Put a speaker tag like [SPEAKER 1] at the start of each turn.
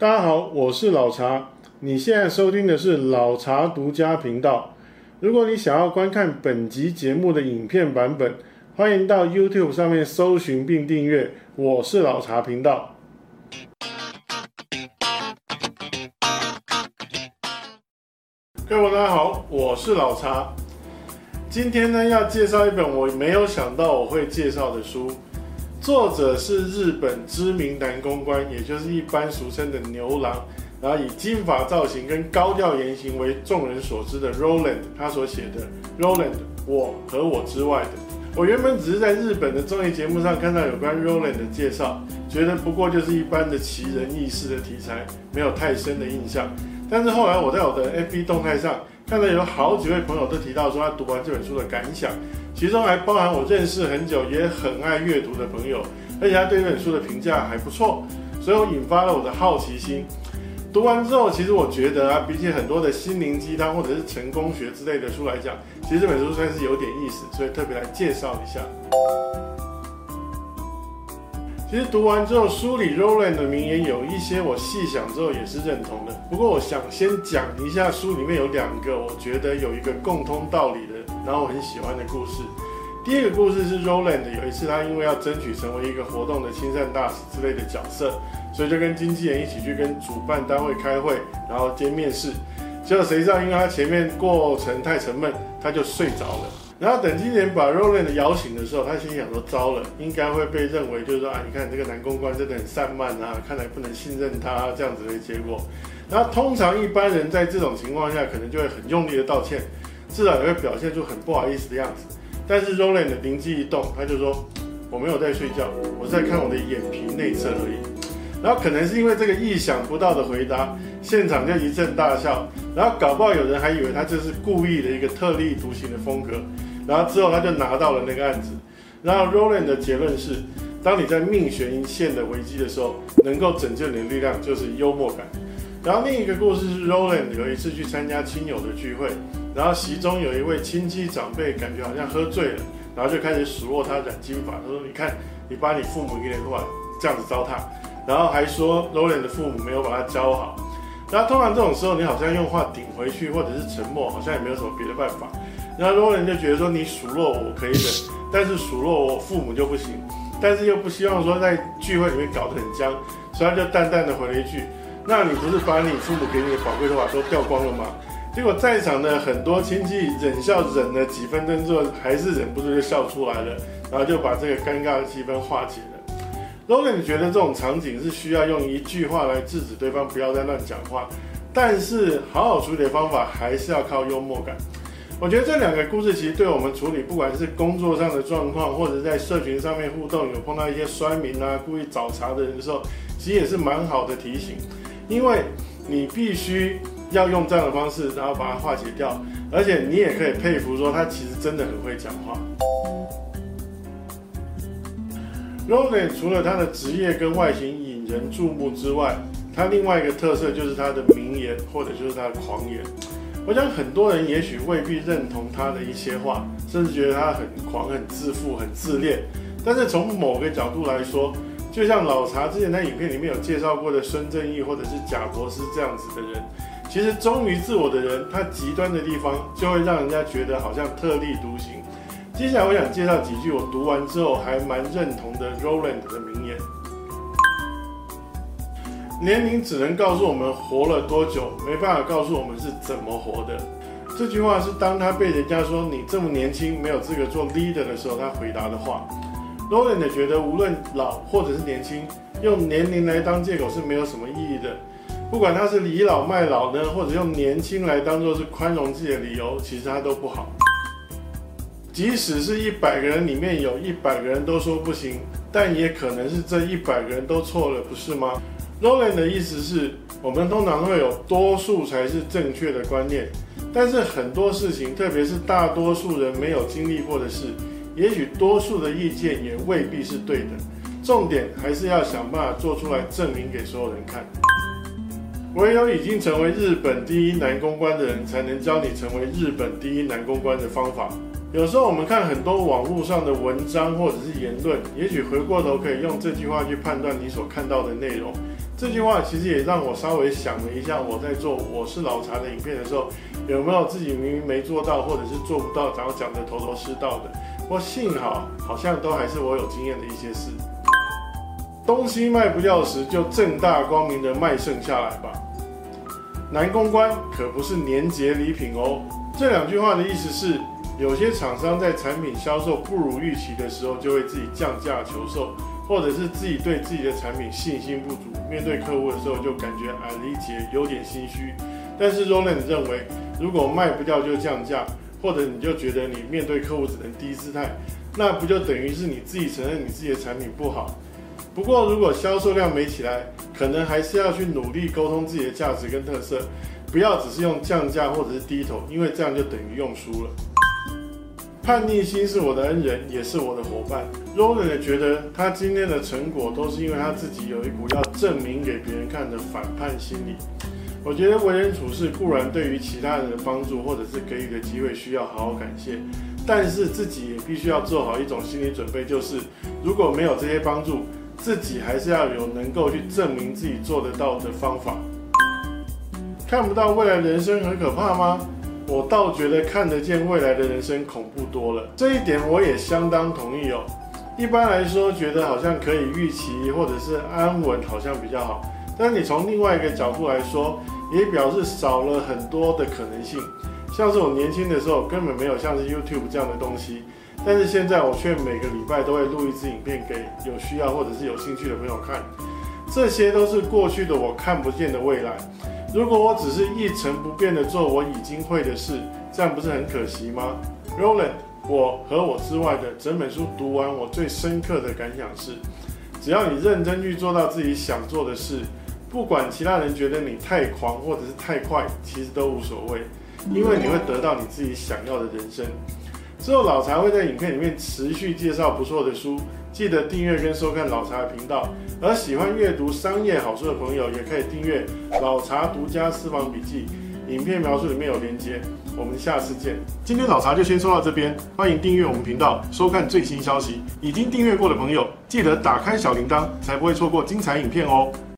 [SPEAKER 1] 大家好，我是老查，你现在收听的是老查独家频道。如果你想要观看本集节目的影片版本，欢迎到 YouTube 上面搜寻并订阅我是老查频道。各位大家好，我是老查。今天呢要介绍一本我没有想到我会介绍的书，作者是日本知名男公关，也就是一般俗称的牛郎，然后以金发造型跟高调言行为众人所知的 Roland， 他所写的 Roland 我和我之外的。我原本只是在日本的综艺节目上看到有关 Roland 的介绍，觉得不过就是一般的奇人异事的题材，没有太深的印象。但是后来我在我的 FB 动态上看到有好几位朋友都提到说他读完这本书的感想，其中还包含我认识很久也很爱阅读的朋友，而且他对这本书的评价还不错，所以我引发了我的好奇心。读完之后，其实我觉得比起很多的心灵鸡汤或者是成功学之类的书来讲，其实这本书算是有点意思，所以特别来介绍一下。其实读完之后，书里 Roland 的名言有一些我细想之后也是认同的。不过我想先讲一下书里面有两个我觉得有一个共通道理的，然后我很喜欢的故事。第一个故事是 Roland 有一次他因为要争取成为一个活动的亲善大使之类的角色，所以就跟经纪人一起去跟主办单位开会，然后兼面试。结果谁知道因为他前面过程太沉闷，他就睡着了。然后等经纪人把 Roland 摇醒的时候，他心想说糟了，应该会被认为就是说你看这个男公关真的很散漫啊，看来不能信任他这样子的结果。然后通常一般人在这种情况下可能就会很用力的道歉，至少也会表现出很不好意思的样子。但是 Roland 灵机一动，他就说我没有在睡觉，我在看我的眼皮内侧而已。然后可能是因为这个意想不到的回答，现场就一阵大笑。然后搞不好有人还以为他这是故意的一个特立独行的风格。然后之后他就拿到了那个案子。然后 Roland 的结论是，当你在命悬一线的危机的时候，能够拯救你的力量就是幽默感。然后另一个故事是 Roland 有一次去参加亲友的聚会，然后席中有一位亲戚长辈感觉好像喝醉了，然后就开始数落他染金发，他说你看你把你父母给连过来这样子糟蹋，然后还说 Roland 的父母没有把他教好。然后通常这种时候你好像用话顶回去或者是沉默，好像也没有什么别的办法。然后 Roland 就觉得说你数落我可以忍，但是数落我父母就不行，但是又不希望说在聚会里面搞得很僵，所以他就淡淡的回了一句，那你不是把你父母给你的宝贵头发都掉光了吗？结果在场的很多亲戚忍笑忍了几分钟之后，还是忍不住就笑出来了，然后就把这个尴尬的气氛化解了。Roland 觉得这种场景是需要用一句话来制止对方不要再乱讲话，但是好好处理的方法还是要靠幽默感。我觉得这两个故事其实对我们处理不管是工作上的状况，或者在社群上面互动有碰到一些酸民故意找茬的人的时候，其实也是蛮好的提醒。因为你必须要用这样的方式，然后把它化解掉，而且你也可以佩服说他其实真的很会讲话。Roland 除了他的职业跟外形引人注目之外，他另外一个特色就是他的名言，或者就是他的狂言。我想很多人也许未必认同他的一些话，甚至觉得他很狂、很自负、很自恋。但是从某个角度来说，就像老查之前在影片里面有介绍过的孙正义或者是贾博士这样子的人，其实忠于自我的人，他极端的地方就会让人家觉得好像特立独行。接下来我想介绍几句我读完之后还蛮认同的 Roland 的名言。年龄只能告诉我们活了多久，没办法告诉我们是怎么活的。这句话是当他被人家说你这么年轻没有资格做 leader 的时候他回答的话。Roland 觉得无论老或者是年轻，用年龄来当借口是没有什么意义的。不管他是倚老卖老呢，或者用年轻来当作是宽容自己的理由，其实他都不好。即使是100个人里面有100个人都说不行，但也可能是这100个人都错了，不是吗？Roland 的意思是，我们通常会有多数才是正确的观念，但是很多事情，特别是大多数人没有经历过的事，也许多数的意见也未必是对的。重点还是要想办法做出来，证明给所有人看。唯有已经成为日本第一男公关的人，才能教你成为日本第一男公关的方法。有时候我们看很多网络上的文章或者是言论，也许回过头可以用这句话去判断你所看到的内容。 这句话其实也让我稍微想了一下，我在做我是老茶的影片的时候，有没有自己明明没做到，或者是做不到，然后讲的头头是道的。不过幸好像都还是我有经验的一些事。东西卖不掉时，就正大光明的卖剩下来吧。难公关可不是年节礼品哦。这2句话的意思是，有些厂商在产品销售不如预期的时候，就会自己降价求售，或者是自己对自己的产品信心不足，面对客户的时候就感觉矮了一截，有点心虚。但是 Roland 认为，如果卖不掉就降价，或者你就觉得你面对客户只能低姿态，那不就等于是你自己承认你自己的产品不好？不过如果销售量没起来，可能还是要去努力沟通自己的价值跟特色，不要只是用降价或者是低头，因为这样就等于用输了。叛逆心是我的恩人，也是我的伙伴。Roland 觉得他今天的成果都是因为他自己有一股要证明给别人看的反叛心理。我觉得为人处事固然对于其他人的帮助或者是给予的机会需要好好感谢，但是自己也必须要做好一种心理准备，就是如果没有这些帮助，自己还是要有能够去证明自己做得到的方法。看不到未来的人生很可怕吗？我倒觉得看得见未来的人生恐怖多了。这一点我也相当同意哦。一般来说，觉得好像可以预期或者是安稳，好像比较好。但是你从另外一个角度来说，也表示少了很多的可能性。像是我年轻的时候根本没有像是 YouTube 这样的东西，但是现在我却每个礼拜都会录一支影片给有需要或者是有兴趣的朋友看。这些都是过去的我看不见的未来。如果我只是一成不变的做我已经会的事，这样不是很可惜吗？ Roland， 我和我之外的整本书读完，我最深刻的感想是，只要你认真去做到自己想做的事，不管其他人觉得你太狂或者是太快，其实都无所谓，因为你会得到你自己想要的人生。之后老茶会在影片里面持续介绍不错的书，记得订阅跟收看老茶的频道。而喜欢阅读商业好书的朋友，也可以订阅老茶独家私房笔记，影片描述里面有连结。我们下次见。今天老茶就先说到这边，欢迎订阅我们频道，收看最新消息。已经订阅过的朋友，记得打开小铃铛，才不会错过精彩影片哦。